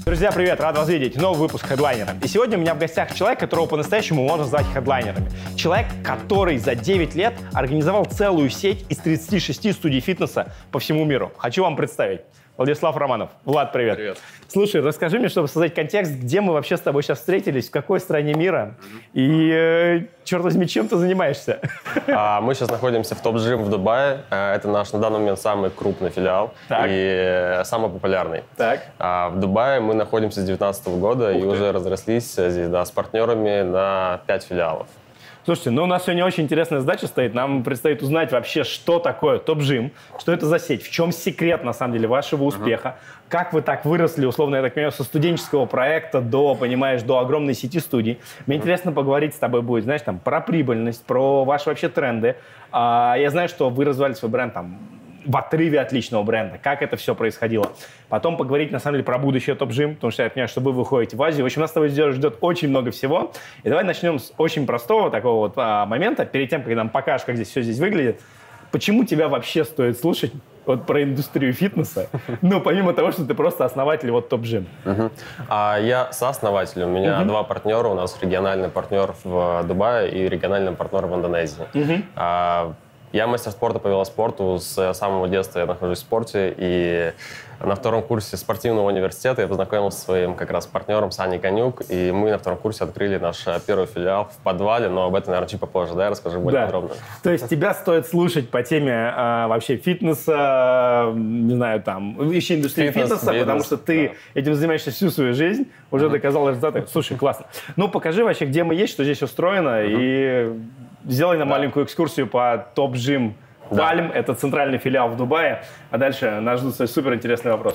Друзья, привет! Рад вас видеть. Новый выпуск «Хедлайнера». И сегодня у меня в гостях человек, которого по-настоящему можно назвать хедлайнерами. Человек, который за 9 лет организовал целую сеть из 36 студий фитнеса по всему миру. Хочу вам представить. Владислав Романов. Влад, привет. Привет. Слушай, расскажи мне, чтобы создать контекст, где мы вообще с тобой сейчас встретились, в какой стране мира, и, черт возьми, чем ты занимаешься? Мы сейчас находимся в топ-джим в Дубае. Это наш на данный момент самый крупный филиал и самый популярный. Так. В Дубае мы находимся с 2019 года и уже разрослись здесь, с партнерами на 5 филиалов. Слушайте, у нас сегодня очень интересная задача стоит. Нам предстоит узнать вообще, что такое топ-джим, что это за сеть, в чем секрет, на самом деле, вашего успеха, как вы так выросли, условно, я так понимаю, со студенческого проекта до огромной сети студий. Мне интересно поговорить с тобой будет, знаешь, про прибыльность, про ваши вообще тренды. Я знаю, что вы развивали свой бренд в отрыве от личного бренда. Как это все происходило? Потом поговорить, на самом деле, про будущее топ-джим, потому что я понимаю, что вы выходите в Азию. В общем, нас с тобой ждет очень много всего. И давай начнем с очень простого такого момента. Перед тем, как нам покажешь, как здесь все выглядит. Почему тебя вообще стоит слушать про индустрию фитнеса? Помимо того, что ты просто основатель топ-джим. Я сооснователь. У меня два партнера. У нас региональный партнер в Дубае и региональный партнер в Индонезии. Я мастер спорта по велоспорту. С самого детства я нахожусь в спорте. И на втором курсе спортивного университета я познакомился со своим как раз партнером Саней Конюк. И мы на втором курсе открыли наш первый филиал в подвале. Но об этом, наверное, чуть попозже. Да, я расскажу более подробно. То есть тебя стоит слушать по теме вообще фитнеса, не знаю, еще индустрии фитнеса, потому что ты этим занимаешься всю свою жизнь. Уже доказал результаты. Слушай, классно. Покажи вообще, где мы есть, что здесь устроено. И сделай нам маленькую экскурсию по топ-джим Пальм. Это центральный филиал в Дубае. А дальше нас ждут суперинтересные вопросы.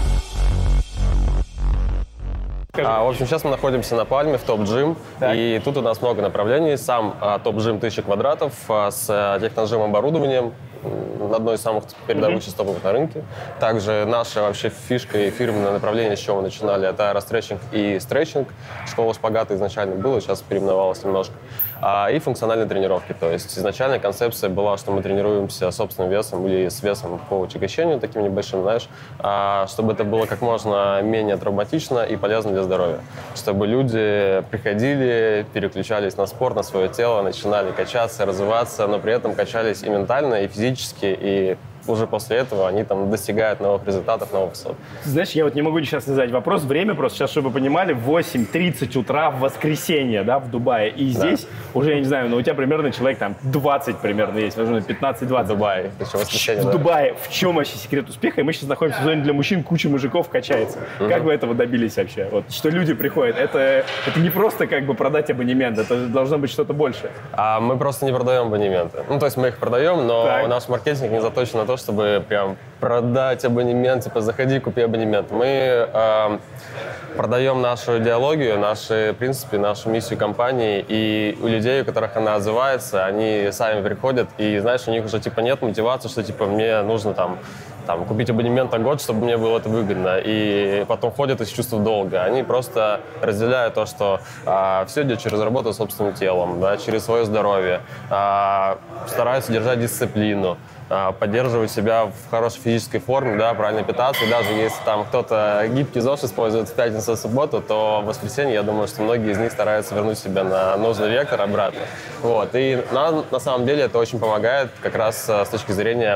В общем, сейчас мы находимся на Пальме, в топ-джим. И тут у нас много направлений. Сам топ-джим 1000 квадратов с техножим оборудованием. Одно из самых передовых частотов на рынке. Также наша вообще фишка и фирменное направление, с чего мы начинали, это аэростретчинг и стретчинг. Школа шпагата изначально была, сейчас переименовалась немножко. И функциональные тренировки. То есть изначальная концепция была, что мы тренируемся собственным весом или с весом по утягощению таким небольшим, чтобы это было как можно менее травматично и полезно для здоровья. Чтобы люди приходили, переключались на спорт, на свое тело, начинали качаться, развиваться, но при этом качались и ментально, и физически, и уже после этого они достигают новых результатов, новых высот. Знаешь, я не могу сейчас не задать вопрос. Время просто сейчас, чтобы вы понимали, 8:30 утра в воскресенье, в Дубае. И здесь уже, я не знаю, у тебя примерно человек 20 примерно есть, возможно, 15-20. В Дубае. В Дубае. В чем вообще секрет успеха? И мы сейчас находимся в зоне для мужчин, куча мужиков качается. Как вы этого добились вообще? Что люди приходят? Это не просто продать абонемент, это должно быть что-то большее. Мы просто не продаем абонементы. То есть мы их продаем, но наш маркетинг не заточен на то, чтобы прям продать абонемент, заходи, купи абонемент. Мы продаем нашу идеологию, наши принципы, нашу миссию компании, и у людей, у которых она отзывается, они сами приходят, и, знаешь, у них уже, нет мотивации, что, мне нужно купить абонемент на год, чтобы мне было это выгодно, и потом ходят из чувства долга. Они просто разделяют то, что все идет через работу с собственным телом, через свое здоровье, стараются держать дисциплину, поддерживать себя в хорошей физической форме, правильно питаться. И даже если кто-то гибкий ЗОЖ использует в пятницу и субботу, то в воскресенье, я думаю, что многие из них стараются вернуть себя на нужный вектор обратно. И нам, на самом деле, это очень помогает как раз с точки зрения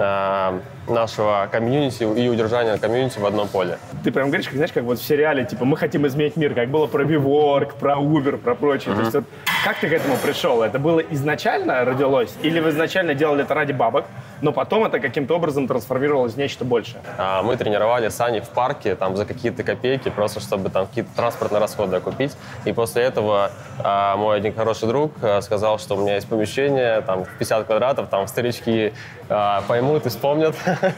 нашего комьюнити и удержания комьюнити в одном поле. Ты прям говоришь, как в сериале, мы хотим изменить мир, как было про WeWork, про Uber, про прочее. То есть, как ты к этому пришел? Это было изначально родилось? Или вы изначально делали это ради бабок, но потом это каким-то образом трансформировалось в нечто большее? Мы тренировали Сани в парке за какие-то копейки, просто чтобы какие-то транспортные расходы окупить. И после этого мой один хороший друг сказал, что у меня есть помещение, 50 квадратов, старички поймут и вспомнят.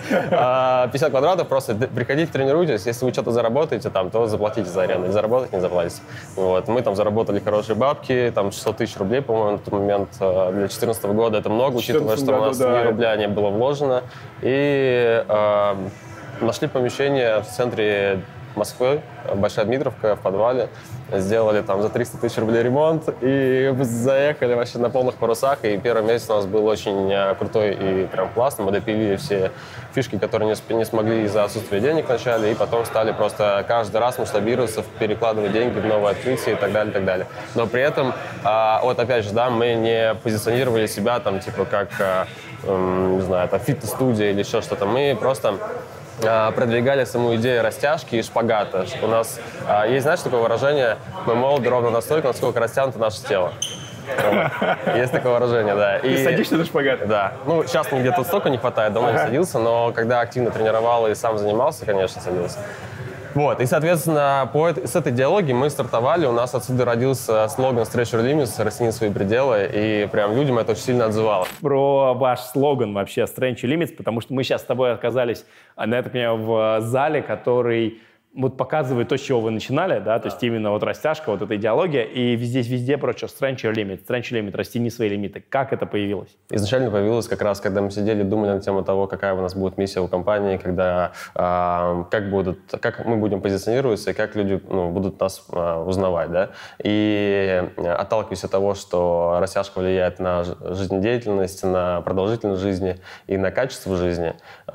50 квадратов, просто приходите, тренируйтесь. Если вы что-то заработаете, то заплатите за аренду. Не заработаете, не заплатите. Мы заработали хорошие бабки, 600 тысяч рублей, по-моему, на тот момент. Для 2014 года это много, учитывая, что у нас ни рубля не было вложено. И нашли помещение в центре Москвы, Большая Дмитровка, в подвале. Сделали там за 300 тысяч рублей ремонт и заехали вообще на полных парусах. И первый месяц у нас был очень крутой и прям классный. Мы допилили все фишки, которые не смогли из-за отсутствия денег вначале, и потом стали просто каждый раз масштабироваться, перекладывать деньги в новые открытия и так далее, и так далее. Но при этом, вот опять же, да, мы не позиционировали себя там типа как, не знаю, там фитнес-студия или еще что-то. Мы просто продвигали саму идею растяжки и шпагата. У нас есть, знаешь, такое выражение: мы молоды ровно настолько, насколько растянуто наше тело. Вот. Есть такое выражение, да. Ты садишься на шпагат? Да. Ну, сейчас мне где-то столько не хватает, давно не садился, но когда активно тренировал и сам занимался, конечно, садился. Вот, и, соответственно, с этой идеологии мы стартовали, у нас отсюда родился слоган «Stretch your limits», «Растяни свои пределы», и прям людям это очень сильно отзывало. Про ваш слоган вообще «Stretch your limits», потому что мы сейчас с тобой оказались, я так понимаю, в зале, который вот показывает то, с чего вы начинали, да, то есть именно вот растяжка, вот эта идеология, и везде прочее «Stretch your limit», «Растяни свои лимиты». Как это появилось? Изначально появилось как раз, когда мы сидели, думали на тему того, какая у нас будет миссия у компании, когда, как мы будем позиционироваться и как люди будут нас узнавать, да. И отталкиваясь от того, что растяжка влияет на жизнедеятельность, на продолжительность жизни и на качество жизни,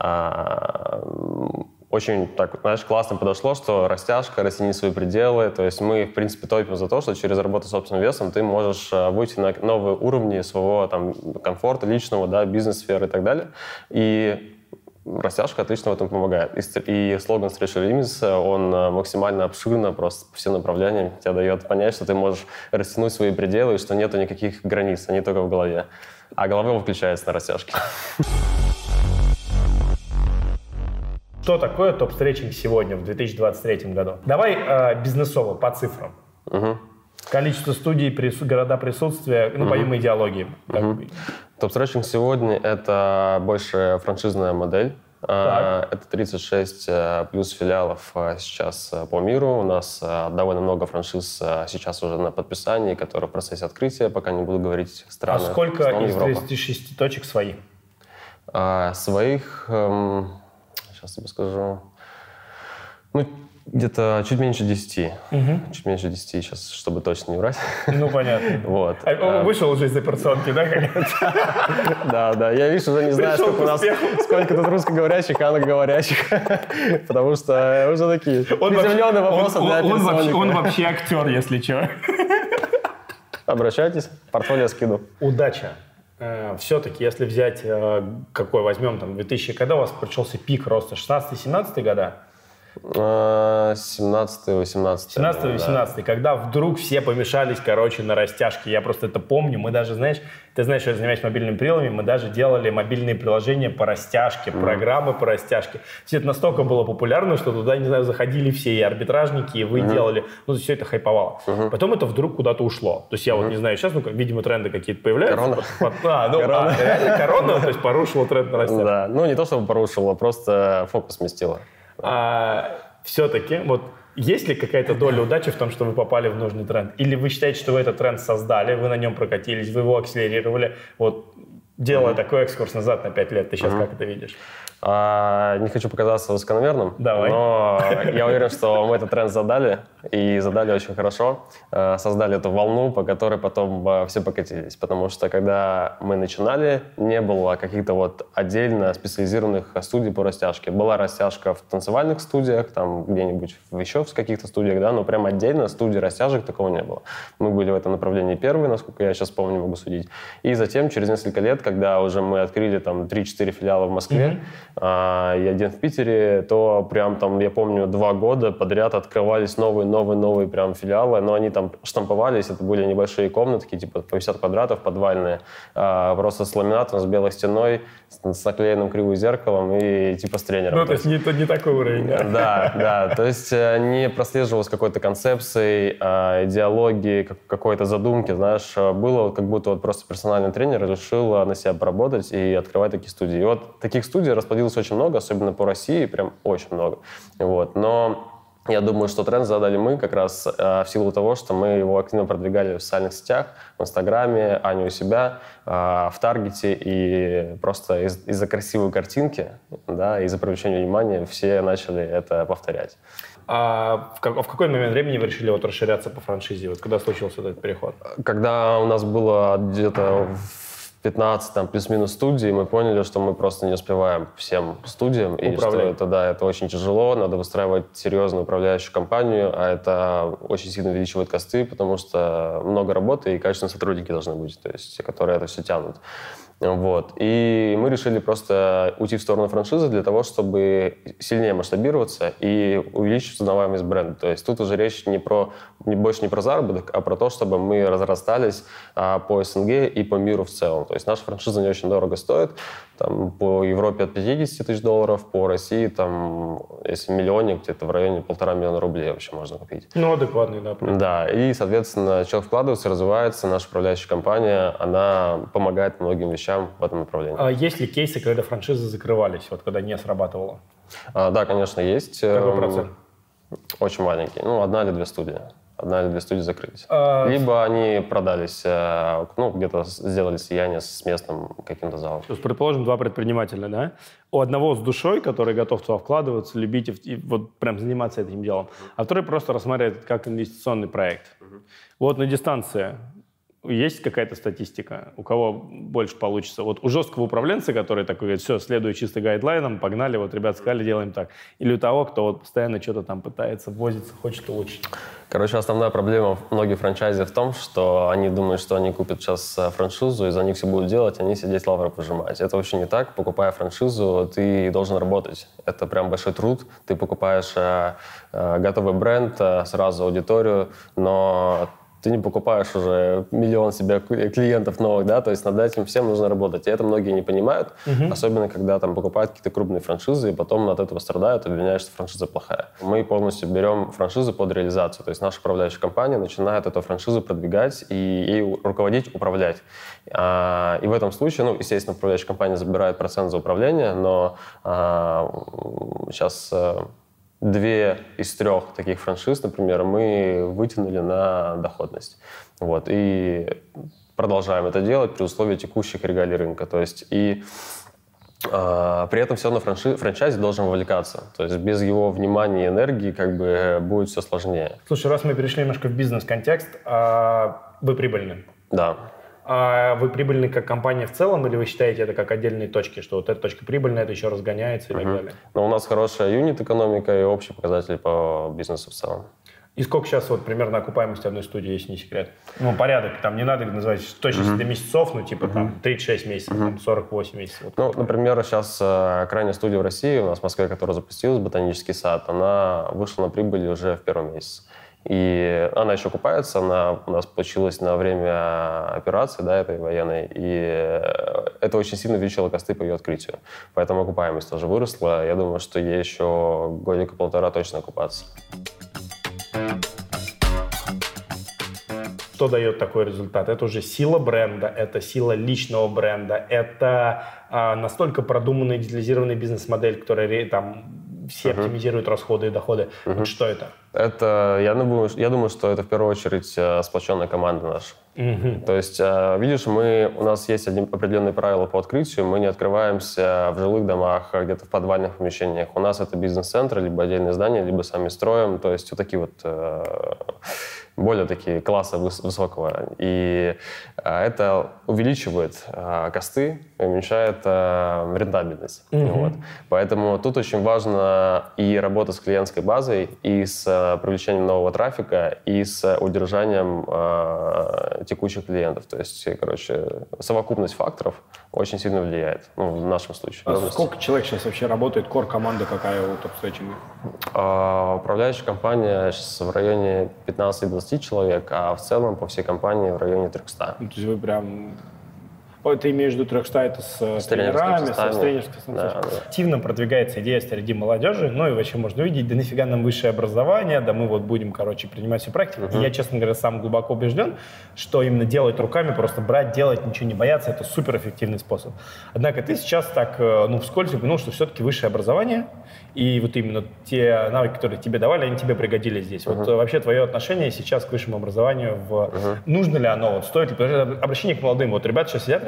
очень так, знаешь, классно подошло, что растяжка, растяни свои пределы. То есть мы, в принципе, топим за то, что через работу с собственным весом ты можешь выйти на новые уровни своего там комфорта личного, да, бизнес-сферы и так далее. И растяжка отлично в этом помогает. И слоган «Stretch your limits», он максимально обширно, просто по всем направлениям тебе дает понять, что ты можешь растянуть свои пределы, и что нету никаких границ, они только в голове. А голова выключается на растяжке. Что такое топ-стретчинг сегодня, в 2023 году? Давай бизнесово, по цифрам. Количество студий, города присутствия, помимо идеологии. Топ-стретчинг сегодня — это больше франшизная модель. Это 36 плюс филиалов сейчас по миру. У нас довольно много франшиз сейчас уже на подписании, которые в процессе открытия, пока не буду говорить страны. А сколько из 36 точек своих? Своих... Сейчас тебе скажу. Где-то чуть меньше 10. Чуть меньше 10 сейчас, чтобы точно не врать. Ну, понятно. Вот. Вышел уже из операционки, да? Да. Я, видишь, уже не знаю, сколько тут русскоговорящих, англоговорящих. Потому что уже такие приземленные вопросы для операционника. Он вообще актер, если что. Обращайтесь, портфолио скину. Удача. Все-таки, если взять, возьмем, 2000, когда у вас начался пик роста? 16-17 года? 17-18. 17-18, когда вдруг все помешались, на растяжке. Я просто это помню. Мы даже, ты знаешь, что я занимаюсь мобильными приложениями, мы даже делали мобильные приложения по растяжке, программы по растяжке. Все это настолько было популярно, что туда, не знаю, заходили все, и арбитражники, и вы делали. Все это хайповало. Потом это вдруг куда-то ушло. То есть я не знаю, сейчас, видимо, тренды какие-то появляются. Корона. Реально корона, то есть порушила тренд на растяжку. Да, не то чтобы порушила, просто фокус сместила. Все-таки, есть ли какая-то доля удачи в том, что вы попали в нужный тренд? Или вы считаете, что вы этот тренд создали, вы на нем прокатились, вы его акселерировали? Делая такой экскурс назад на 5 лет, ты сейчас как это видишь? Не хочу показаться высокомерным, но я уверен, что мы этот тренд задали, и задали очень хорошо. Создали эту волну, по которой потом все покатились. Потому что, когда мы начинали, не было каких-то отдельно специализированных студий по растяжке. Была растяжка в танцевальных студиях, там где-нибудь еще в каких-то студиях, да, но прям отдельно студии растяжек такого не было. Мы были в этом направлении первые, насколько я сейчас помню, могу судить. И затем, через несколько лет, когда уже мы открыли 3-4 филиала в Москве, и один в Питере, то прям я помню, 2 года подряд открывались новые прям филиалы, но они там штамповались, это были небольшие комнатки, типа по 50 квадратов, подвальные, просто с ламинатом, с белой стеной, с наклеенным кривым зеркалом и типа с тренером. То есть не такой уровень, да? Да, то есть не прослеживалось какой-то концепции, идеологии, какой-то задумки, знаешь, было как будто просто персональный тренер решил на себя поработать и открывать такие студии. И таких студий расплодилось очень много, особенно по России, прям очень много. Но я думаю, что тренд задали мы как раз в силу того, что мы его активно продвигали в социальных сетях, в Инстаграме, Аня у себя, в Таргете, и просто из-за красивой картинки, да, из-за привлечения внимания все начали это повторять. А в какой момент времени вы решили вот расширяться по франшизе? Вот когда случился этот переход? Когда у нас было где-то 15 там, плюс-минус студий, мы поняли, что мы просто не успеваем всем студиям. И что это очень тяжело, надо выстраивать серьезную управляющую компанию, а это очень сильно увеличивает косты, потому что много работы и качественные сотрудники должны быть, то есть, которые это все тянут. Вот. И мы решили просто уйти в сторону франшизы для того, чтобы сильнее масштабироваться и увеличить узнаваемость бренда. То есть тут уже речь больше не про заработок, а про то, чтобы мы разрастались по СНГ и по миру в целом. То есть наша франшиза не очень дорого стоит. Там, по Европе от 50 тысяч долларов, по России, там, если миллионник, где-то в районе 1,5 миллиона рублей вообще можно купить. Ну, адекватный, да. Да, и, соответственно, человек вкладывается, развивается, наша управляющая компания, она помогает многим вещам в этом направлении. А есть ли кейсы, когда франшизы закрывались, вот когда не срабатывало? Да, конечно, есть. Какой процент? Очень маленький. 1 или 2 студии. 1 или 2 студии закрылись. Либо они продались, где-то сделали слияние с местным каким-то залом. То есть, предположим, 2 предпринимателя, да? У одного с душой, который готов туда вкладываться, любить и вот прям заниматься этим делом, а второй просто рассматривает это как инвестиционный проект. Вот на дистанции есть какая-то статистика, у кого больше получится? Вот у жесткого управленца, который такой говорит, все, следую чисто гайдлайнам, погнали, вот ребят сказали, делаем так. Или у того, кто вот постоянно что-то там пытается, возиться, хочет улучшить. Короче, основная проблема многих франчайзи в том, что они думают, что они купят сейчас франшизу, и за них все будут делать, они сидеть лавры пожимать. Это вообще не так. Покупая франшизу, ты должен работать. Это прям большой труд. Ты покупаешь готовый бренд, сразу аудиторию, но ты не покупаешь уже миллион себе клиентов новых, да, то есть над этим всем нужно работать. И это многие не понимают, особенно когда там покупают какие-то крупные франшизы, и потом от этого страдают, обвиняют, что франшиза плохая. Мы полностью берем франшизу под реализацию, то есть наша управляющая компания начинает эту франшизу продвигать и ей руководить, управлять. И в этом случае, естественно, управляющая компания забирает процент за управление, но сейчас 2 из 3 таких франшиз, например, мы вытянули на доходность. Вот. И продолжаем это делать при условии текущих регалий рынка. То есть при этом все равно франчайзи должен вовлекаться. То есть без его внимания и энергии будет все сложнее. Слушай, раз мы перешли немножко в бизнес-контекст, вы прибыльны? Да. А вы прибыльны как компания в целом, или вы считаете это как отдельные точки, что вот эта точка прибыльная, это еще разгоняется и так далее? Но у нас хорошая юнит-экономика и общие показатели по бизнесу в целом. И сколько сейчас вот примерно окупаемость одной студии, если не секрет? Порядок, там не надо называть точно до месяцев, там 36 месяцев, там 48 месяцев. Вот например, сейчас крайняя студия в России, у нас в Москве, которая запустилась, Ботанический сад, она вышла на прибыль уже в 1 месяц. И она еще окупается, она у нас получилась на время операции, да, этой военной, и это очень сильно увеличило косты по ее открытию. Поэтому окупаемость тоже выросла. Я думаю, что ей еще 1-1,5 года точно окупаться. Что дает такой результат? Это уже сила бренда, это сила личного бренда, это настолько продуманная, детализированная бизнес-модель, которая там все оптимизируют расходы и доходы. Вот что это? Это, я думаю, что это в первую очередь сплоченная команда наша. То есть, видишь, у нас есть определенные правила по открытию. Мы не открываемся в жилых домах, где-то в подвальных помещениях. У нас это бизнес-центры, либо отдельные здания, либо сами строим. То есть вот такие более такие класса высокого. И это увеличивает косты, уменьшает рентабельность. Вот. Поэтому тут очень важно и работа с клиентской базой, и с привлечением нового трафика, и с удержанием текущих клиентов. То есть, совокупность факторов очень сильно влияет, в нашем случае. Сколько человек сейчас вообще работает? Кор-команда какая у топ-стейджинга? Управляющая компания сейчас в районе 15-20 человек, а в целом по всей компании в районе 300. То есть вы прям... Ты имеешь в виду 300 это с тренерами, с тренерским составом. Да. Активно продвигается идея среди молодежи, и вообще можно увидеть, да нафига нам высшее образование, да мы будем, принимать всю практику. И я, честно говоря, сам глубоко убежден, что именно делать руками, просто брать, делать, ничего не бояться, это суперэффективный способ. Однако ты сейчас так, вскользь упомянул, что все-таки высшее образование и вот именно те навыки, которые тебе давали, они тебе пригодились здесь. Вот вообще твое отношение сейчас к высшему образованию, нужно ли оно, стоит ли, обращение к молодым, ребята сейчас сидят,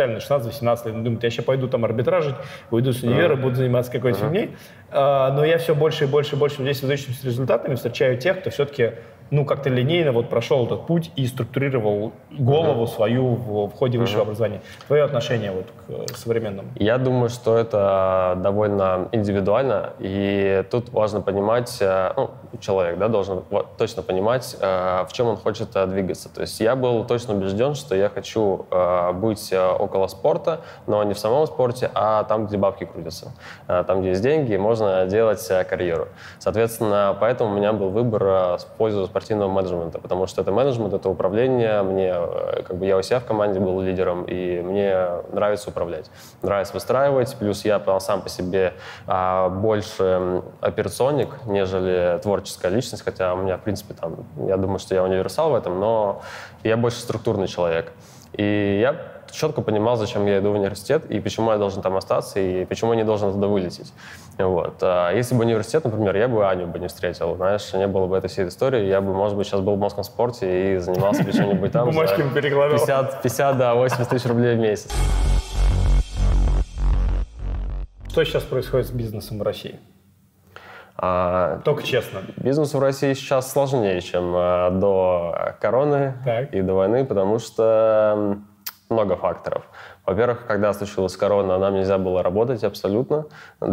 реально 16-18 лет, думают, я сейчас пойду там арбитражить, уйду с универа, буду заниматься какой-то фигней. Но я все больше и больше здесь выдающимися результатами встречаю тех, кто все-таки как-то линейно прошел этот путь и структурировал голову свою в ходе высшего образования. Твое отношение к современному? Я думаю, что это довольно индивидуально, и тут важно понимать, человек должен точно понимать, в чем он хочет двигаться. То есть я был точно убежден, что я хочу быть около спорта, но не в самом спорте, а там, где бабки крутятся. Там, где есть деньги, можно делать карьеру. Соответственно, поэтому у меня был выбор в пользу спортивного менеджмента, потому что это менеджмент, это управление. Я у себя в команде был лидером, и мне нравится управлять. Нравится выстраивать, плюс я сам по себе больше операционник, нежели творческая личность, хотя у меня, в принципе, я думаю, что я универсал в этом, но я больше структурный человек. И я четко понимал, зачем я иду в университет, и почему я должен там остаться, и почему я не должен туда вылететь. Если бы университет, например, я бы Аню не встретил, не было бы этой всей истории, я бы, может быть, сейчас был в Московском спорте и занимался бы чем-нибудь там за 50-80 тысяч рублей в месяц. Что сейчас происходит с бизнесом в России? Только честно. Бизнес в России сейчас сложнее, чем до короны и до войны, потому что много факторов. Во-первых, когда случилась корона, нам нельзя было работать абсолютно,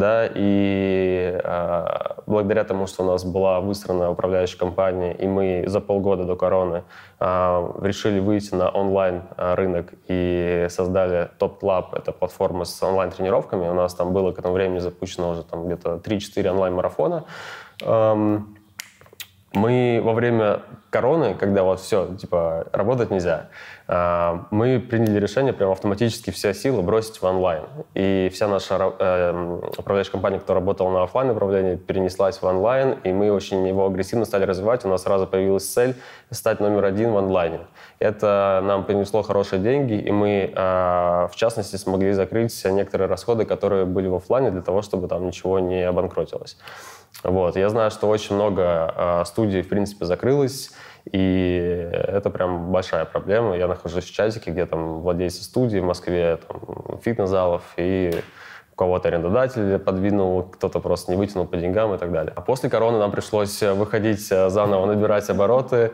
и благодаря тому, что у нас была выстроена управляющая компания, и мы за полгода до короны решили выйти на онлайн-рынок и создали Top Club, это платформа с онлайн-тренировками. У нас там было к этому времени запущено уже где-то 3-4 онлайн-марафона. Мы во время короны, когда работать нельзя, мы приняли решение прямо автоматически все силы бросить в онлайн. И вся наша управляющая компания, которая работала на офлайн направлении, перенеслась в онлайн, и мы очень его агрессивно стали развивать. У нас сразу появилась цель стать номер 1 в онлайне. Это нам принесло хорошие деньги, и мы, в частности, смогли закрыть некоторые расходы, которые были в офлайне, для того, чтобы там ничего не обанкротилось. Я знаю, что очень много студий, в принципе, закрылось, и это прям большая проблема. Я нахожусь в чатике, где там владельцы студий в Москве, фитнес-залов, и у кого-то арендодатель подвинул, кто-то просто не вытянул по деньгам и так далее. А после короны нам пришлось выходить заново, набирать обороты.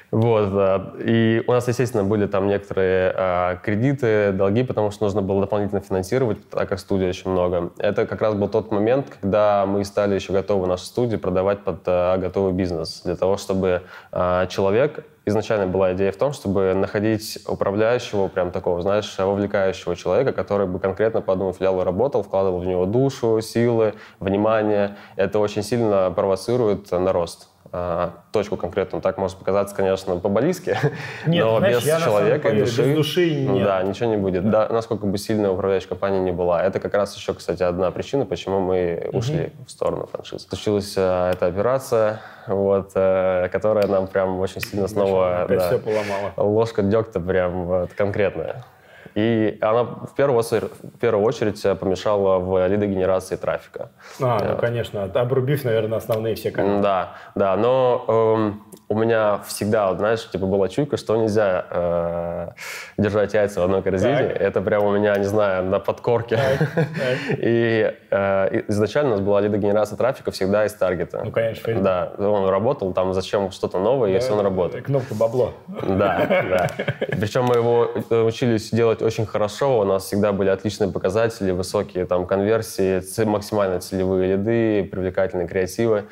И у нас, естественно, были там некоторые кредиты, долги, потому что нужно было дополнительно финансировать, так как студий очень много. Это как раз был тот момент, когда мы стали еще готовы наши студии продавать под готовый бизнес, для того, чтобы человек... Изначально была идея в том, чтобы находить управляющего, прям такого, вовлекающего человека, который бы конкретно по одному филиалу работал, вкладывал в него душу, силы, внимание. Это очень сильно провоцирует на рост. Точку конкретную. Так может показаться, конечно, по-баллистски, но без человека и души, без души нет. Да, ничего не будет. Да, насколько бы сильная управляющая компания не была. Это как раз еще, кстати, одна причина, почему мы ушли в сторону франшизы. Случилась эта операция, которая нам прям очень сильно снова... все поломала. Ложка дегтя прям конкретная. И она в первую очередь помешала в лидогенерации трафика. Конечно. Обрубив, наверное, основные все каналы. Да. Но у меня всегда, была чуйка, что нельзя держать яйца в одной корзине. Так. Это прямо у меня, не знаю, на подкорке. Так. И изначально у нас была лидогенерация трафика всегда из таргета. Конечно, Facebook. Да, он работал, там зачем что-то новое, если он работает. Кнопка бабло. Да. Причем мы его учились делать очень хорошо, у нас всегда были отличные показатели, высокие конверсии, максимально целевые лиды, привлекательные креативы.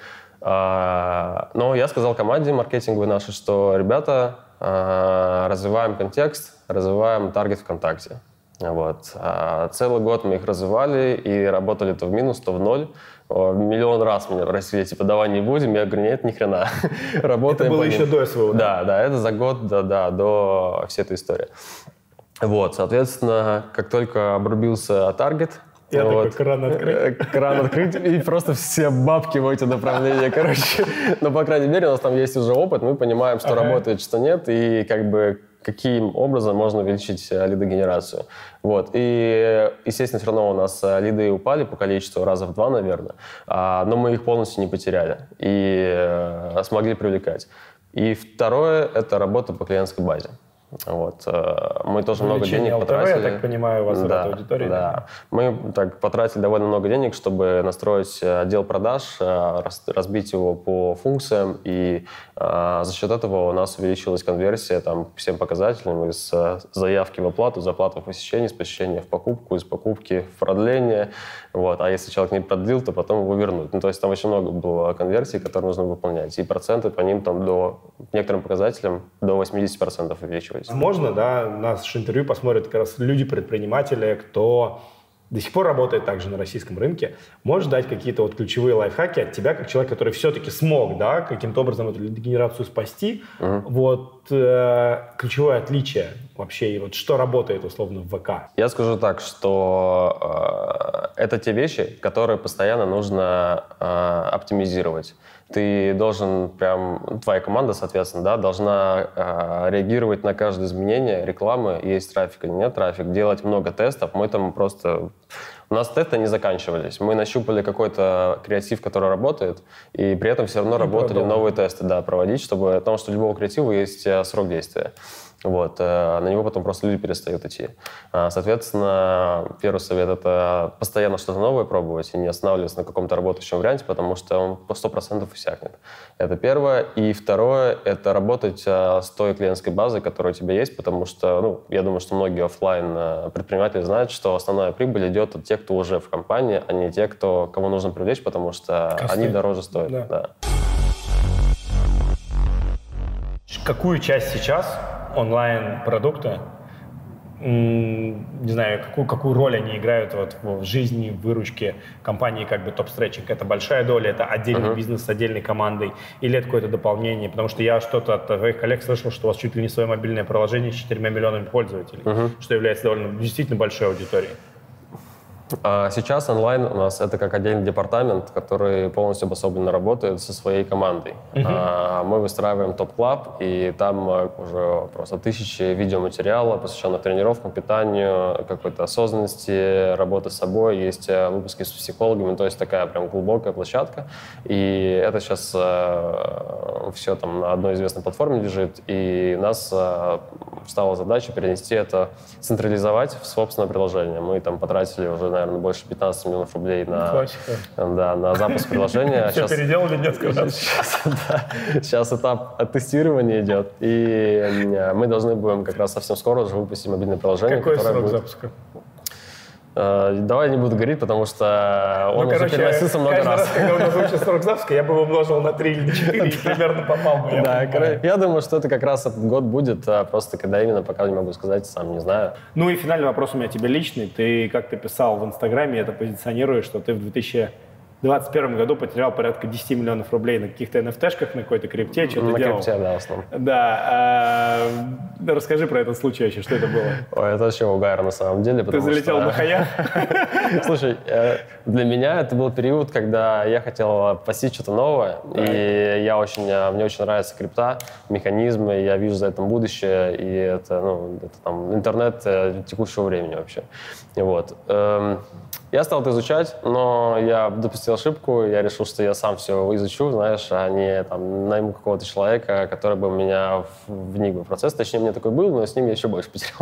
Но я сказал команде маркетинговой нашей, что, ребята, развиваем контекст, развиваем таргет ВКонтакте. Целый год мы их развивали и работали то в минус, то в ноль. Миллион раз меня просили, давай не будем. Я говорю, нет, ни хрена. Работаем. Это было еще до СВО, да? Да, это за год до всей этой истории. Соответственно, как только обрубился таргет, я такой, кран открыть, и просто все бабки в эти направления, Но, по крайней мере, у нас там есть уже опыт, мы понимаем, что работает, что нет, и каким образом можно увеличить лидогенерацию. И, естественно, все равно у нас лиды упали по количеству раза в 2, наверное, но мы их полностью не потеряли и смогли привлекать. И второе – это работа по клиентской базе. Вот. Мы тоже много денег ЛТВ, потратили. я так понимаю, у вас аудитория. Да. Мы так потратили довольно много денег, чтобы настроить отдел продаж, разбить его по функциям, и за счет этого у нас увеличилась конверсия там, по всем показателям из заявки в оплату, заплаты в посещении, с посещения в покупку, из покупки в продление. Вот. А если человек не продлил, то потом его вернуть. Ну, то есть там очень много было конверсий, которые нужно выполнять. И проценты по ним там до некоторым показателям до 80% увеличивались. Возможно, да, наше интервью посмотрят как раз люди-предприниматели, кто до сих пор работает также на российском рынке. Можешь дать какие-то вот ключевые лайфхаки от тебя, как человек, который все-таки смог, да, каким-то образом эту генерацию спасти? Вот ключевое отличие вообще, и вот что работает условно в ВК? Я скажу так, что это те вещи, которые постоянно нужно оптимизировать. Ты должен прям, твоя команда, соответственно, да, должна реагировать на каждое изменение рекламы, есть трафик или нет трафик, делать много тестов. Мы там просто... У нас тесты не заканчивались. Мы нащупали какой-то креатив, который работает, и при этом все равно работали новые тесты, да, проводить, чтобы... Потому что у любого креатива есть срок действия. Вот, на него потом просто люди перестают идти. Соответственно, первый совет — это постоянно что-то новое пробовать и не останавливаться на каком-то работающем варианте, потому что он по 100% иссякнет. Это первое. И второе — это работать с той клиентской базой, которая у тебя есть, потому что, ну, я думаю, что многие офлайн предприниматели знают, что основная прибыль идет от тех, кто уже в компании, а не те, кого нужно привлечь, потому что они дороже стоят. Да. Да. Какую часть сейчас онлайн-продукты, не знаю, какую роль они играют вот в жизни, в выручке компании как бы топ-стретчинг? Это большая доля, это отдельный бизнес с отдельной командой, или это какое-то дополнение? Потому что я что-то от твоих коллег слышал, что у вас чуть ли не свое мобильное приложение с 4 миллионами пользователей, что является довольно действительно большой аудиторией. Сейчас онлайн у нас это как отдельный департамент, который полностью обособленно работает со своей командой. Мы выстраиваем топ-клаб, и там уже просто тысячи видеоматериала, посвященных тренировкам, питанию, какой-то осознанности, работе с собой. Есть выпуски с психологами, то есть такая прям глубокая площадка. И это сейчас все там на одной известной платформе лежит, и у нас стала задача перенести это, централизовать в собственное приложение. Мы там потратили уже, наверное, больше 15 миллионов рублей на запуск приложения. Все переделали несколько раз. Сейчас этап тестирования идет, и мы должны будем как раз совсем скоро уже выпустить мобильное приложение. Какой срок запуска? Давай не буду говорить, потому что он уже переносился много раз. Когда у нас звучит срок запуска, я бы его умножил на 3 или на 4 и примерно попал бы. Да, я думаю, что это как раз этот год будет, просто когда именно, пока не могу сказать, сам не знаю. Ну и финальный вопрос у меня тебе личный. Ты, как ты писал в Инстаграме, это позиционируешь, что ты в 2021 году потерял порядка 10 миллионов рублей на каких-то NFT-шках, на какой-то крипте, что-то делал. На крипте, да, в основном. Да. Расскажи про этот случай вообще, что это было? Ой, это вообще угар на самом деле. Ты залетел на хаях? Слушай, для меня это был период, когда я хотел постичь что-то новое, и мне очень нравится крипта, механизмы, я вижу за этим будущее, и это там интернет текущего времени вообще. Вот. Я стал это изучать, но я допустил ошибку, я решил, что я сам все изучу, знаешь, а не там найму какого-то человека, который бы меня вник в процесс. Точнее, у меня такой был, но с ним я еще больше потерял.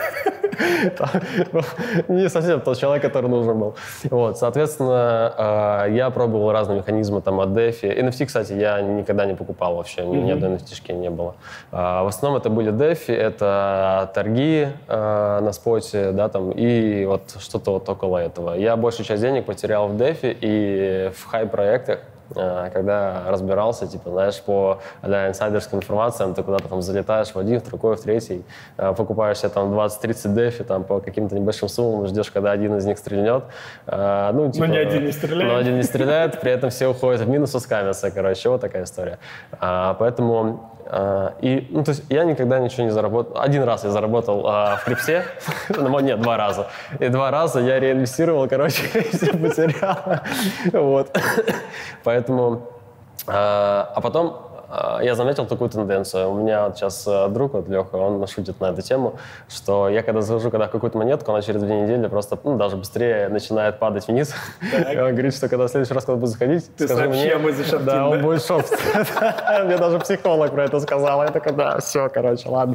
Не совсем тот человек, который нужен был. Вот, соответственно, я пробовал разные механизмы там от DeFi. NFT, кстати, я никогда не покупал вообще, ни одной NFT-шки не было. В основном это были DeFi, это торги на споте, да, там, и вот что-то вот около этого. Я большую часть денег потерял в DeFi и в хай-проектах, когда разбирался, типа, знаешь, по инсайдерским информациям, ты куда-то там залетаешь в один, в другой, в третий, покупаешь себе там 20-30 DeFi там, по каким-то небольшим суммам, ждешь, когда один из них стрельнет. Но ни один не стреляет. Но один не стреляет, при этом все уходят в минус, скамятся, короче, вот такая история. Поэтому... то есть я никогда ничего не заработал. Один раз я заработал в крипте. Нет, 2 раза. И 2 раза я реинвестировал, короче, и все потерял. Вот. Поэтому... А потом я заметил такую тенденцию. У меня вот сейчас друг, вот Леха, он шутит на эту тему, что я когда захожу в какую-то монетку, она через 2 недели просто даже быстрее начинает падать вниз. И он говорит, что когда в следующий раз, когда буду заходить, ты скажи мне, да, он будет шоп. Мне даже психолог про это сказал. Я такой, да, все, короче, ладно.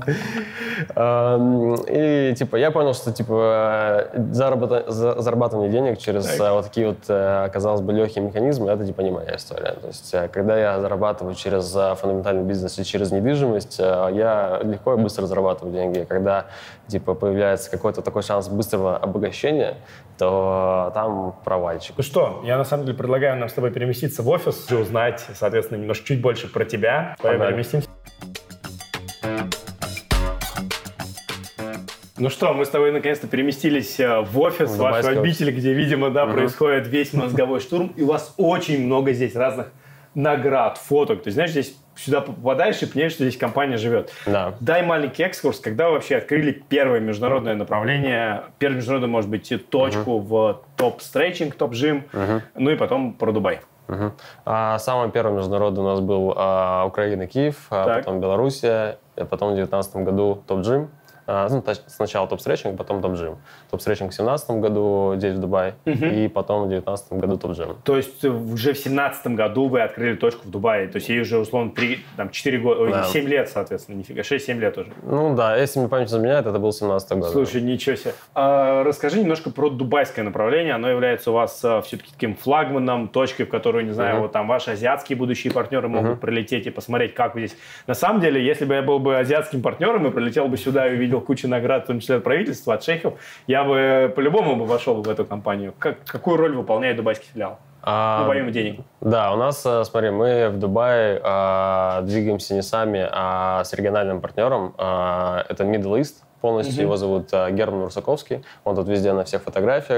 И типа я понял, что типа зарабатывание денег через вот такие вот, казалось бы, легкие механизмы, это типа не моя история. То есть когда я зарабатываю через фундаментальный бизнес и через недвижимость, я легко и быстро зарабатываю деньги. Когда типа появляется какой-то такой шанс быстрого обогащения, то там провальчик. Ну что, я на самом деле предлагаю нам с тобой переместиться в офис и узнать, соответственно, немножко чуть больше про тебя. Давай переместимся. Ну что, мы с тобой наконец-то переместились в офис вашего обители, где, видимо, да, происходит весь мозговой штурм, и у вас очень много здесь разных наград, фоток. То есть, знаешь, здесь сюда попадаешь и понимаешь, что здесь компания живет. Да. Дай маленький экскурс, когда вы вообще открыли первое международное направление, первое международное, может быть, точку в топ-стретчинг, топ-жим, ну и потом про Дубай. Самый первый международный у нас был Украина, Киев, потом Белоруссия, потом в 2019 году топ-джим. Сначала топ-стретчинг, потом топ-джим. Топ-стретчинг в 2017 году здесь, в Дубае, и потом в 2019 году топ-джим. То есть уже в 2017 году вы открыли точку в Дубае, то есть ей уже, условно, 4 года, 7 лет, соответственно, нифига, 6-7 лет уже. Ну да, если мне память не изменяет, это был 2017 год. Слушай, ничего себе. Расскажи немножко про дубайское направление. Оно является у вас все-таки таким флагманом, точкой, в которую, не знаю, вот там ваши азиатские будущие партнеры могут прилететь и посмотреть, как вы здесь. На самом деле, если бы я был бы азиатским партнером и прилетел бы сюда и увидел кучу наград, в том числе от правительства, от шейхов, я бы по-любому бы вошел в эту компанию. Какую роль выполняет дубайский филиал? Ну, помимо денег. Да, у нас, смотри, мы в Дубае двигаемся не сами, а с региональным партнером. Это Middle East. Полностью его зовут Герман Русаковский. Он тут везде на всех фотографиях.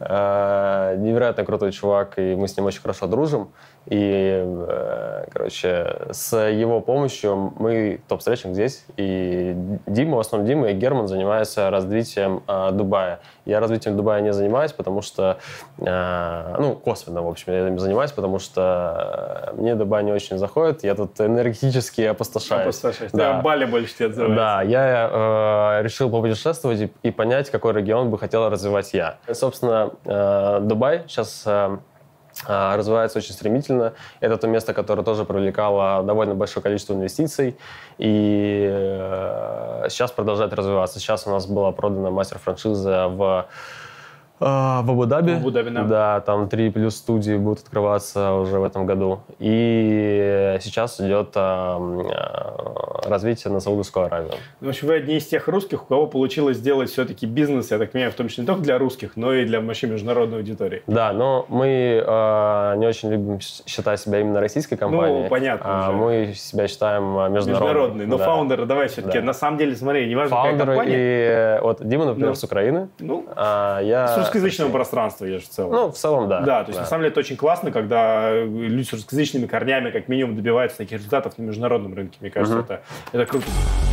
Невероятно крутой чувак, и мы с ним очень хорошо дружим. И, короче, с его помощью мы топ-стретчинг здесь. И Дима, в основном Дима и Герман занимаются развитием Дубая. Я развитием Дубая не занимаюсь, потому что, косвенно, в общем, я этим занимаюсь, потому что мне Дубай не очень заходит. Я тут энергетически опустошаюсь. Да. Бали больше тебе отзывается. Да, я решил попутешествовать и понять, какой регион бы хотел развивать я. И, собственно, Дубай сейчас развивается очень стремительно. Это то место, которое тоже привлекало довольно большое количество инвестиций и сейчас продолжает развиваться. Сейчас у нас была продана мастер-франшиза в Абу-Даби. Да, там 3+ студии будут открываться уже в этом году. И сейчас идет развитие на Саудовскую Аравию. В общем, вы одни из тех русских, у кого получилось сделать все-таки бизнес, я так понимаю, в том числе не только для русских, но и для вообще международной аудитории. Да, но мы не очень любим считать себя именно российской компанией. Ну, понятно. Мы себя считаем международной. Но фаундеры, давай все-таки, на самом деле, смотри, неважно, какая компания. И вот Дима, например, с Украины. Я с русскоязычного пространства, я же в целом. Ну, в целом, да. Да, то есть, на самом деле, это очень классно, когда люди с русскоязычными корнями, как минимум, добиваются таких результатов на международном рынке. Мне кажется, это круто.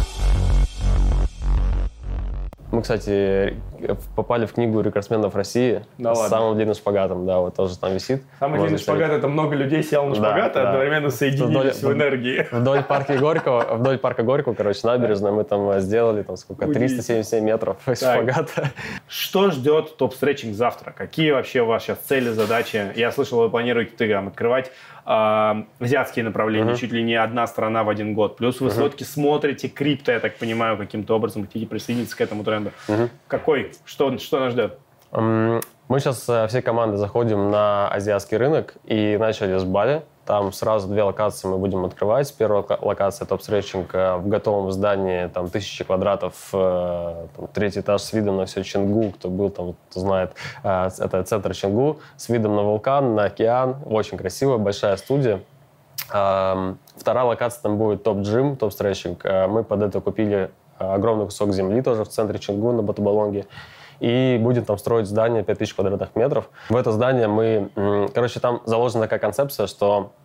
Мы, кстати, попали в книгу рекордсменов России с самым длинным шпагатом. Да, вот тоже там висит. Самый длинный шпагат — это много людей сел на шпагат, и одновременно соединились в энергии. Вдоль парка Горького, короче, набережной мы там сделали, 377 метров шпагата. Что ждет топ-стретчинг завтра? Какие вообще у вас сейчас цели, задачи? Я слышал, вы планируете открывать азиатские направления, чуть ли не одна страна в один год. Плюс вы все-таки смотрите крипто, я так понимаю, каким-то образом хотите присоединиться к этому тренду. Какой? Что нас ждет? Мы сейчас всей командой заходим на азиатский рынок и начали с Бали. Там сразу 2 локации мы будем открывать. Первая локация топ-стретчинг в готовом здании, там 1000 квадратов, 3-й этаж с видом на все Чингу. Кто был там, кто знает, это центр Чингу, с видом на вулкан, на океан. Очень красивая, большая студия. Вторая локация там будет топ-джим, топ-стретчинг. Мы под это купили огромный кусок земли тоже в центре Чингу на Батубалонге. И будем там строить здание 5000 квадратных метров. В это здание там заложена такая концепция, что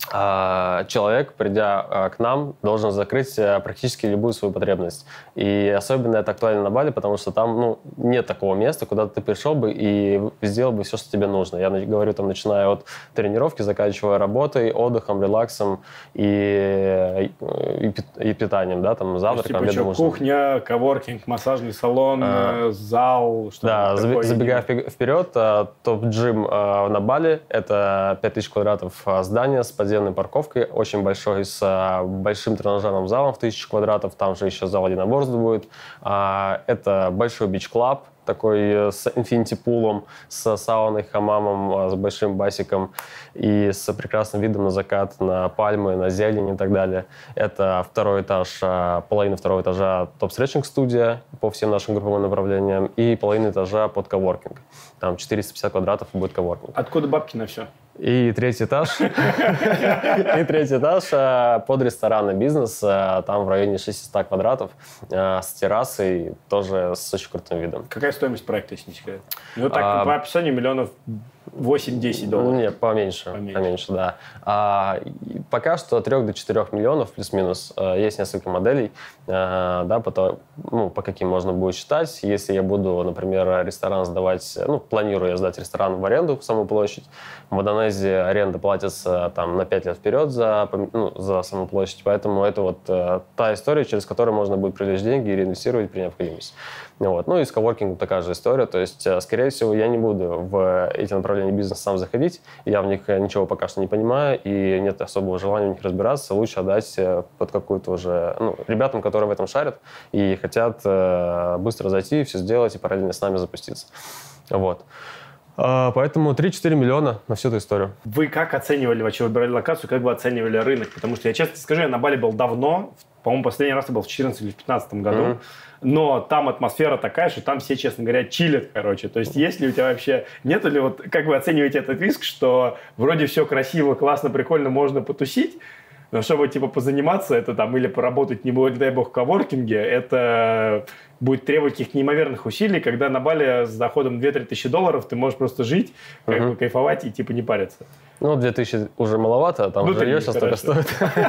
человек, придя к нам, должен закрыть практически любую свою потребность. И особенно это актуально на Бали, потому что там нет такого места, куда ты пришел бы и сделал бы все, что тебе нужно. Я говорю, там, начиная от тренировки, заканчивая работой, отдыхом, релаксом и питанием, да, там, завтраком, обедом, ужином. Кухня, коворкинг, массажный салон, зал. Да, забегая вперед, топ-джим на Бали — это 5000 квадратов здания с подземной парковкой, очень большой, с большим тренажерным залом в 1000 квадратов, там же еще зал единоборств будет. Это большой бич-клаб, такой с инфинити-пулом, с сауной, хамамом, с большим басиком и с прекрасным видом на закат, на пальмы, на зелень и так далее. Это второй этаж, половина второго этажа топ-стретчинг-студия по всем нашим групповым направлениям и половина этажа под коворкинг. Там 450 квадратов будет коворкинг. Откуда бабки на все? И третий этаж под ресторанный бизнес, там в районе 600 квадратов, с террасой, тоже с очень крутым видом. Какая стоимость проекта, если не секрет? Ну так, по описанию миллионов 8-10 долларов. Нет, поменьше, да. Пока что от 3 до 4 миллионов плюс-минус. Есть несколько моделей, да, по каким можно будет считать. Если я буду, например, ресторан сдавать, планирую я сдать ресторан в аренду в саму площадь. В Индонезии аренда платится там на 5 лет вперед за саму площадь. Поэтому это вот та история, через которую можно будет привлечь деньги и реинвестировать при необходимости. Вот. Ну и с коворкингом такая же история. То есть, скорее всего, я не буду в эти направления бизнеса сам заходить. Я в них ничего пока что не понимаю, и нет особого желания в них разбираться. Лучше отдать под какую-то уже ребятам, которые в этом шарят и хотят быстро зайти, все сделать и параллельно с нами запуститься. Вот. Поэтому 3-4 миллиона на всю эту историю. Вы как оценивали, вообще выбирали локацию, как вы оценивали рынок? Потому что я честно скажу, я на Бали был давно, по-моему, последний раз я был в 2014 или 2015 году, но там атмосфера такая, что там все, честно говоря, чилят, короче. То есть есть ли у тебя вообще, нету ли, как вы оцениваете этот риск, что вроде все красиво, классно, прикольно, можно потусить, но чтобы позаниматься, это там или поработать, не дай бог, в коворкинге, это будет требовать каких-то неимоверных усилий, когда на Бали с доходом 2-3 тысячи долларов ты можешь просто жить, кайфовать и не париться. 2000 уже маловато, там уже ее сейчас только стоит.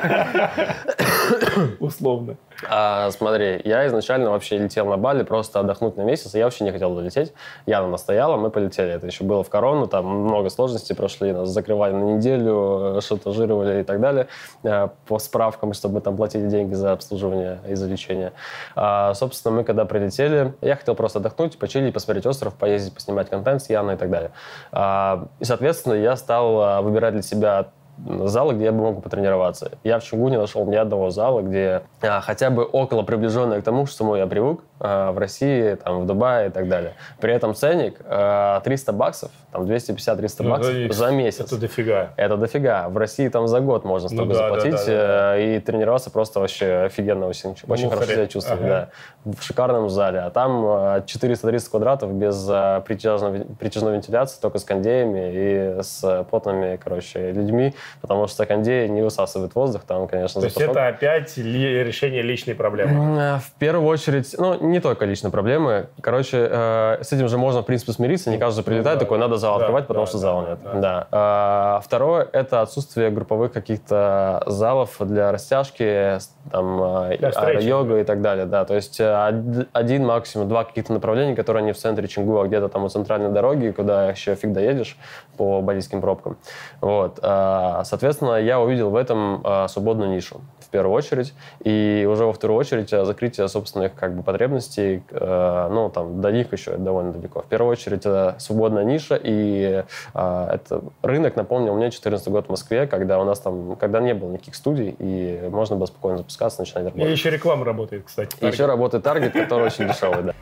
Условно. Смотри, я изначально вообще летел на Бали просто отдохнуть на месяц, и я вообще не хотел туда лететь. Яна настояла, мы полетели. Это еще было в корону, там много сложностей прошли, нас закрывали на неделю, шантажировали и так далее по справкам, чтобы там платили деньги за обслуживание и за лечение. Собственно, мы когда прилетели, я хотел просто отдохнуть, почилить, посмотреть остров, поездить, поснимать контент с Яной и так далее. И, соответственно, я стал выбирать для себя залы, где я бы мог потренироваться. Я в Чунгу не нашел ни одного зала, где хотя бы около приближенное к тому, к чему я привык в России, там, в Дубае и так далее. При этом ценник $300, там 250-300 баксов за месяц. Это дофига. Это дофига. В России там за год можно столько заплатить и тренироваться просто вообще офигенно, очень хорошо себя чувствовать. Да. В шикарном зале. А там 430 квадратов без притяжной вентиляции, только с кондеями и с потными, людьми, потому что кондеи не высасывают воздух, там, конечно, То есть это опять решение личной проблемы? В первую очередь, не только личные проблемы. С этим же можно, в принципе, смириться. Не каждый прилетает такой, надо зал открывать, потому что зала нет. Да. Второе — это отсутствие групповых каких-то залов для растяжки, там, йога и так далее. Да. То есть один, максимум два каких-то направления, которые не в центре Чонгу, а где-то там у центральной дороги, куда еще фиг доедешь по балийским пробкам. Вот. Соответственно, я увидел в этом свободную нишу в первую очередь. И уже во вторую очередь закрытие собственных потребностей, там, до них еще довольно далеко. В первую очередь это свободная ниша, и это рынок напомнил мне 2014 год в Москве, когда у нас там, когда не было никаких студий, и можно было спокойно запускаться, начинать работать. И еще реклама работает, кстати. И еще работает таргет, который очень дешевый, да.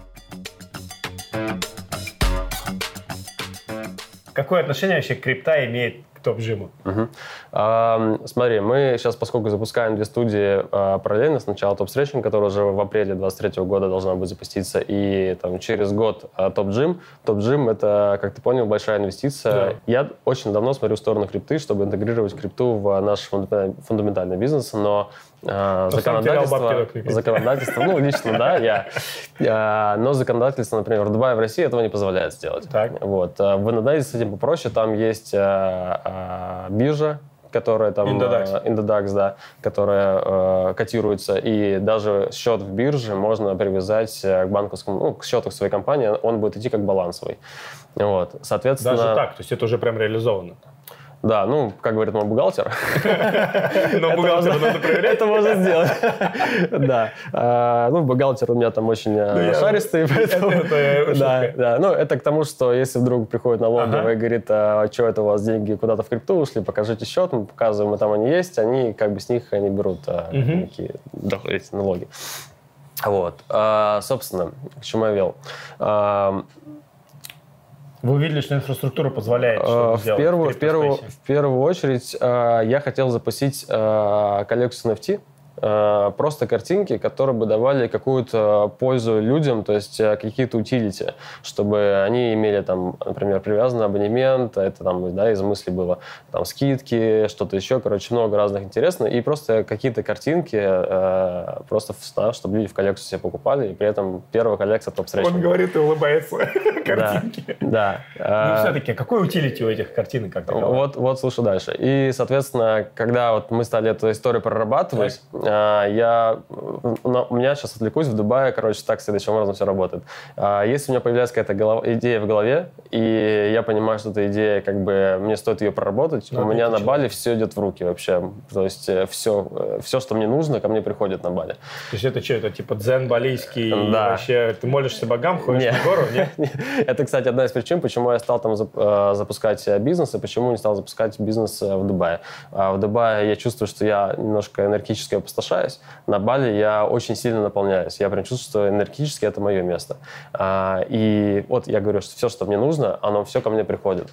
Какое отношение вообще крипта имеет к топ-джиму? Смотри, мы сейчас, поскольку запускаем две студии параллельно, сначала топ-стретчинг, которая уже в апреле 2023 года должна будет запуститься, и там, через год топ-джим. Топ-джим — это, как ты понял, большая инвестиция. Да. Я очень давно смотрю в сторону крипты, чтобы интегрировать крипту в наш фундаментальный бизнес, но законодательство, лично, да, но законодательство, например, в Дубае, в России этого не позволяет сделать. Так. Вот. В Индонезии с этим попроще, там есть биржа, которая там... Indodax, да, которая котируется, и даже счет в бирже можно привязать к банковскому, к счету своей компании, он будет идти как балансовый. Вот, соответственно... Даже так, то есть это уже прям реализовано? Да, как говорит мой бухгалтер. Но бухгалтера надо проверять. Это можно сделать. Да. Бухгалтер у меня там очень шаристый, поэтому... Да. Это к тому, что если вдруг приходит налоговая и говорит, а что это у вас деньги куда-то в крипту ушли, покажите счет, мы показываем, и там они есть, они как бы с них они берут такие налоги. Вот. Собственно, к чему я вел? Вы увидели, что инфраструктура позволяет что-то сделать? В первую очередь я хотел запустить коллекцию NFT, просто картинки, которые бы давали какую-то пользу людям, то есть какие-то утилити, чтобы они имели там, например, привязанный абонемент, это там, да, из мысли было, там скидки, что-то еще, короче, много разных интересных, и просто какие-то картинки, просто чтобы люди в коллекцию себе покупали, и при этом первая коллекция топ-стрейчинг. Он говорит и улыбается. Картинки. Да. Ну, все-таки, какой утилити у этих картинок? Вот, слушай дальше. И, соответственно, когда вот мы стали эту историю прорабатывать, у меня сейчас отвлекусь в Дубае, короче, так следующим образом все работает. Если у меня появляется какая-то идея в голове, и я понимаю, что эта идея, как бы, мне стоит ее проработать, у меня на Бали все идет в руки вообще. То есть все, что мне нужно, ко мне приходит на Бали. То есть это что, это типа дзен балийский? Да. Вообще ты молишься богам, ходишь в гору? Нет? Это, кстати, одна из причин, почему я стал там запускать бизнес, и почему не стал запускать бизнес в Дубае. В Дубае я чувствую, что я немножко энергетически опустошаюсь. На Бали я очень сильно наполняюсь. Я прям чувствую, что энергетически это мое место. И вот я говорю, что все, что мне нужно, оно все ко мне приходит.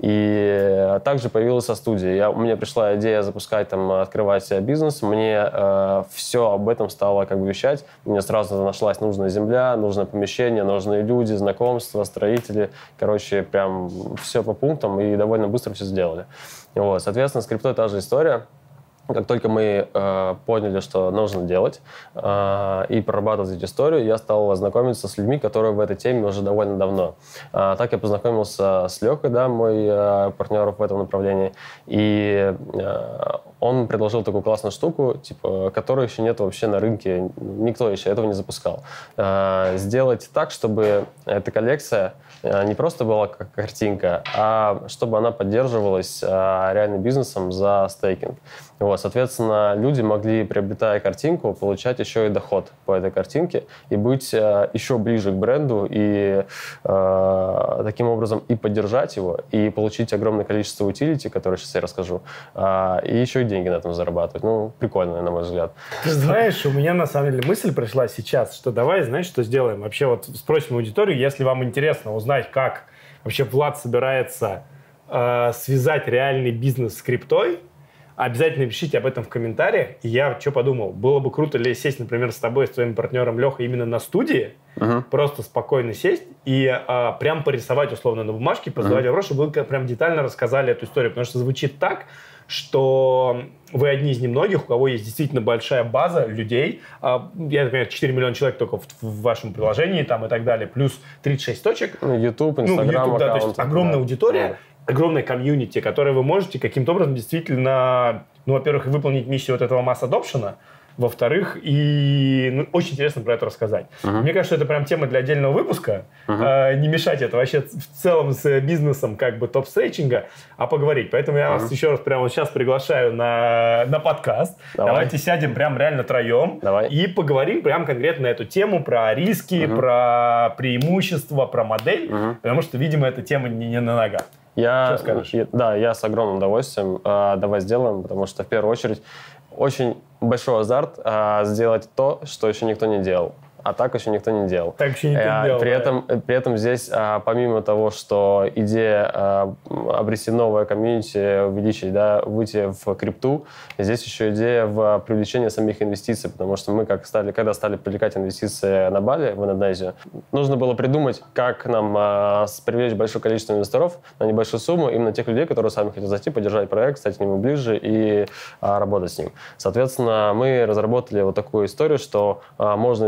И также появилась студия. У меня пришла идея запускать, там, открывать бизнес. Мне все об этом стало как бы вещать. Мне сразу нашлась нужная земля, нужное помещение, нужные люди, знакомства, строители. Короче, прям все по пунктам и довольно быстро все сделали. Вот. Соответственно, с криптой та же история. Как только мы поняли, что нужно делать, и прорабатывать эту историю, я стал знакомиться с людьми, которые в этой теме уже довольно давно. Так я познакомился с Лехой, да, мой партнер в этом направлении, и он предложил такую классную штуку, типа, которой еще нет вообще на рынке, никто еще этого не запускал. Сделать так, чтобы эта коллекция не просто была как картинка, а чтобы она поддерживалась реальным бизнесом за стейкинг. Вот, соответственно, люди могли, приобретая картинку, получать еще и доход по этой картинке и быть еще ближе к бренду и таким образом и поддержать его, и получить огромное количество утилити, которые сейчас я расскажу, и еще и деньги на этом зарабатывать. Ну, прикольно, на мой взгляд. Ты знаешь, у меня на самом деле мысль пришла сейчас, что давай, знаешь, что сделаем? Вообще вот спросим аудиторию, если вам интересно узнать, как вообще Влад собирается связать реальный бизнес с криптой, обязательно пишите об этом в комментариях. И я что подумал, было бы круто ли сесть, например, с тобой, с твоим партнером Лехой именно на студии, просто спокойно сесть и прям порисовать условно на бумажке, позадавать вопросы, чтобы вы прям детально рассказали эту историю. Потому что звучит так, что вы одни из немногих, у кого есть действительно большая база людей. Я, например, 4 миллиона человек только в вашем приложении там, и так далее, плюс 36 точек. YouTube, Instagram, да, то есть огромная аудитория. Огромное комьюнити, которое вы можете каким-то образом действительно, во-первых, выполнить миссию вот этого масс-адопшена, во-вторых, и очень интересно про это рассказать. Мне кажется, это прям тема для отдельного выпуска. Не мешать это вообще в целом с бизнесом как бы топ-стейчинга, а поговорить. Поэтому я вас еще раз прямо сейчас приглашаю на подкаст. Давайте сядем прям реально троем и поговорим прям конкретно на эту тему, про риски, про преимущества, про модель, потому что, видимо, эта тема не на ногах. Я с огромным удовольствием. Давай сделаем, потому что в первую очередь очень большой азарт сделать то, что еще никто не делал. А так еще никто не делал. Так еще никто не делал. При этом здесь, помимо того, что идея обрести новое комьюнити, увеличить, да, выйти в крипту, здесь еще идея в привлечении самих инвестиций, потому что мы, когда стали привлекать инвестиции на Бали, в Индонезию, нужно было придумать, как нам привлечь большое количество инвесторов на небольшую сумму, именно тех людей, которые сами хотят зайти, поддержать проект, стать к нему ближе и работать с ним. Соответственно, мы разработали вот такую историю, что можно инвестировать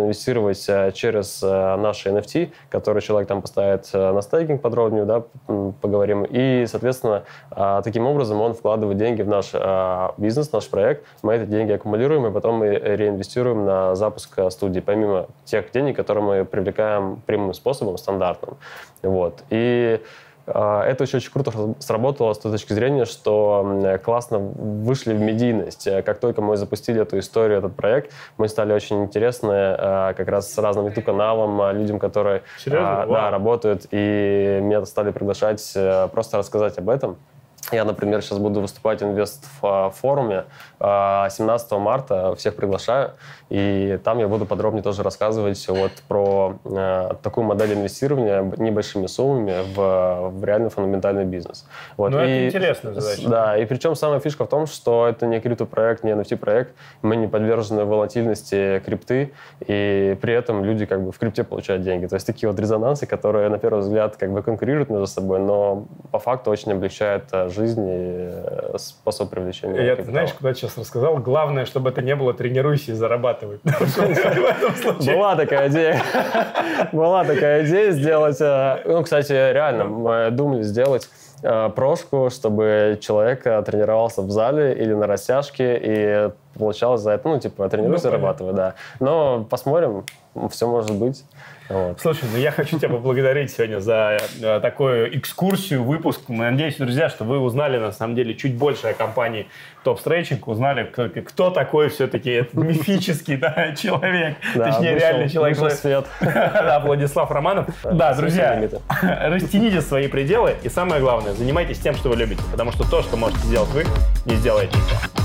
инвестировать через наши NFT, которые человек там поставит на стейкинг подробнее, да, поговорим. И, соответственно, таким образом он вкладывает деньги в наш бизнес, наш проект. Мы эти деньги аккумулируем, и потом мы реинвестируем на запуск студии, помимо тех денег, которые мы привлекаем прямым способом, стандартным. Вот. И это очень круто сработало с той точки зрения, что классно вышли в медийность. Как только мы запустили эту историю, этот проект, мы стали очень интересны как раз с разным YouTube-каналом, людям, которые работают, и меня стали приглашать просто рассказать об этом. Я, например, сейчас буду выступать в инвест-форуме 17 марта, всех приглашаю, и там я буду подробнее тоже рассказывать вот про такую модель инвестирования небольшими суммами в реально фундаментальный бизнес. Вот. Ну, это интересная задача. Да, и причем самая фишка в том, что это не криптопроект, не NFT-проект, мы не подвержены волатильности крипты, и при этом люди как бы в крипте получают деньги. То есть такие вот резонансы, которые на первый взгляд как бы конкурируют между собой, но по факту очень облегчают жизнь и способ привлечения капитала. Знаешь, куда сейчас рассказал? Главное, чтобы это не было «тренируйся и зарабатывай». Была такая идея. Была такая идея сделать... Ну, кстати, реально, мы думали сделать прошку, чтобы человек тренировался в зале или на растяжке, и получалось за это, ну, типа, тренируйся, зарабатывай, да. Но посмотрим, все может быть. Вот. Слушай, ну я хочу тебя поблагодарить сегодня за такую экскурсию, выпуск. Надеюсь, друзья, что вы узнали, на самом деле, чуть больше о компании Top Stretching, узнали, кто такой все-таки этот мифический человек, точнее, реальный человек. Свет. Да, Владислав Романов. Да, друзья, растяните свои пределы и, самое главное, занимайтесь тем, что вы любите, потому что то, что можете сделать вы, не сделает никто.